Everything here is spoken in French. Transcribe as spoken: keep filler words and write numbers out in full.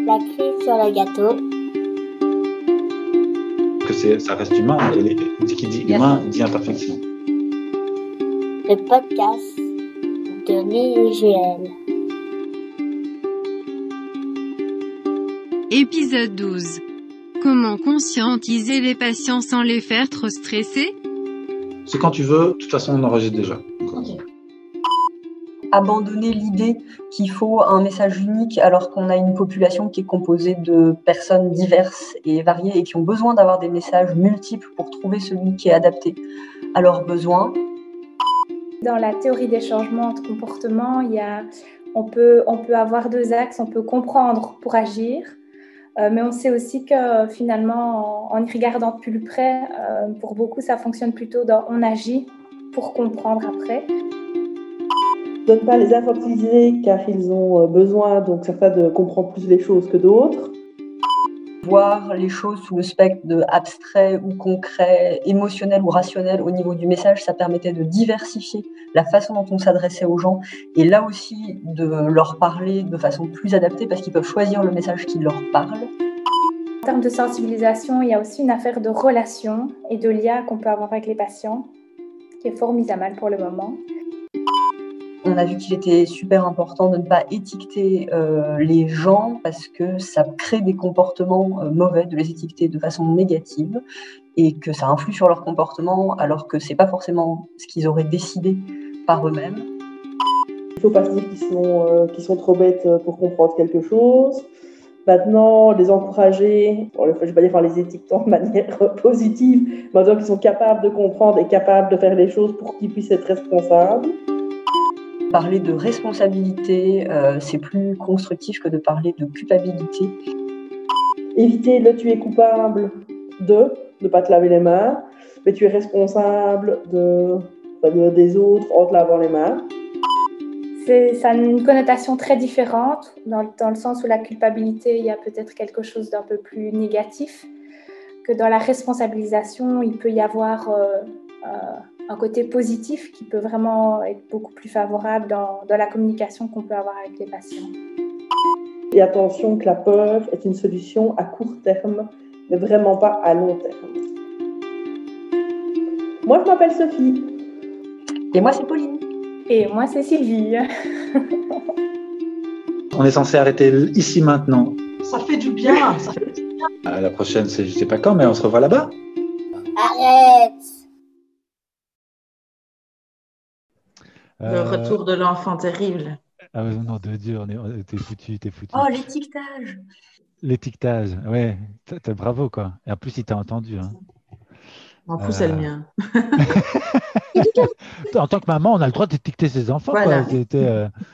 La cerise sur le gâteau. Que c'est, ça reste humain, et les, qui dit humain dit imperfection. Le podcast de l'I G L. Épisode douze. Comment conscientiser les patients sans les faire trop stresser? C'est quand tu veux, de toute façon on enregistre déjà. Okay. Abandonner l'idée qu'il faut un message unique alors qu'on a une population qui est composée de personnes diverses et variées et qui ont besoin d'avoir des messages multiples pour trouver celui qui est adapté à leurs besoins. Dans la théorie des changements de comportement, il y a, on, peut, on peut avoir deux axes, on peut comprendre pour agir, euh, mais on sait aussi que finalement, en, en y regardant de plus près, euh, pour beaucoup, ça fonctionne plutôt dans on agit pour comprendre après. De ne pas les infantiliser car ils ont besoin, donc certains de comprendre plus les choses que d'autres. Voir les choses sous le spectre de abstrait ou concret, émotionnel ou rationnel au niveau du message, ça permettait de diversifier la façon dont on s'adressait aux gens et là aussi de leur parler de façon plus adaptée parce qu'ils peuvent choisir le message qui leur parle. En termes de sensibilisation, il y a aussi une affaire de relation et de lien qu'on peut avoir avec les patients qui est fort mise à mal pour le moment. On a vu qu'il était super important de ne pas étiqueter euh, les gens parce que ça crée des comportements euh, mauvais, de les étiqueter de façon négative et que ça influe sur leur comportement alors que c'est pas forcément ce qu'ils auraient décidé par eux-mêmes. Il ne faut pas se dire qu'ils sont, euh, qu'ils sont trop bêtes pour comprendre quelque chose. Maintenant, les encourager, bon, je ne vais pas dire faire les étiquetant de manière positive, mais en disant qu'ils sont capables de comprendre et capables de faire les choses pour qu'ils puissent être responsables. Parler de responsabilité, euh, c'est plus constructif que de parler de culpabilité. Éviter le tu es coupable de ne pas te laver les mains, mais tu es responsable de, de, des autres en te lavant les mains. C'est, ça a une connotation très différente, dans, dans le sens où la culpabilité, il y a peut-être quelque chose d'un peu plus négatif, que dans la responsabilisation, il peut y avoir euh, euh, un côté positif qui peut vraiment être beaucoup plus favorable dans, dans la communication qu'on peut avoir avec les patients. Et attention que la peur est une solution à court terme, mais vraiment pas à long terme. Moi, je m'appelle Sophie. Et moi, c'est Pauline. Et moi, c'est Sylvie. On est censé arrêter ici maintenant. Ça fait du bien, ça fait du bien. À la prochaine, c'est, je sais pas quand, mais on se revoit là-bas. Arrête! Le euh... retour de l'enfant terrible. Ah ouais, non, de Dieu, on est, on est, t'es foutu, t'es foutu. Oh, l'étiquetage. L'étiquetage, ouais, t'es, t'es bravo, quoi. Et en plus, il t'a entendu. Hein. En plus, euh... c'est le mien. En tant que maman, on a le droit d'étiqueter ses enfants, voilà. Quoi. T'es, t'es, euh...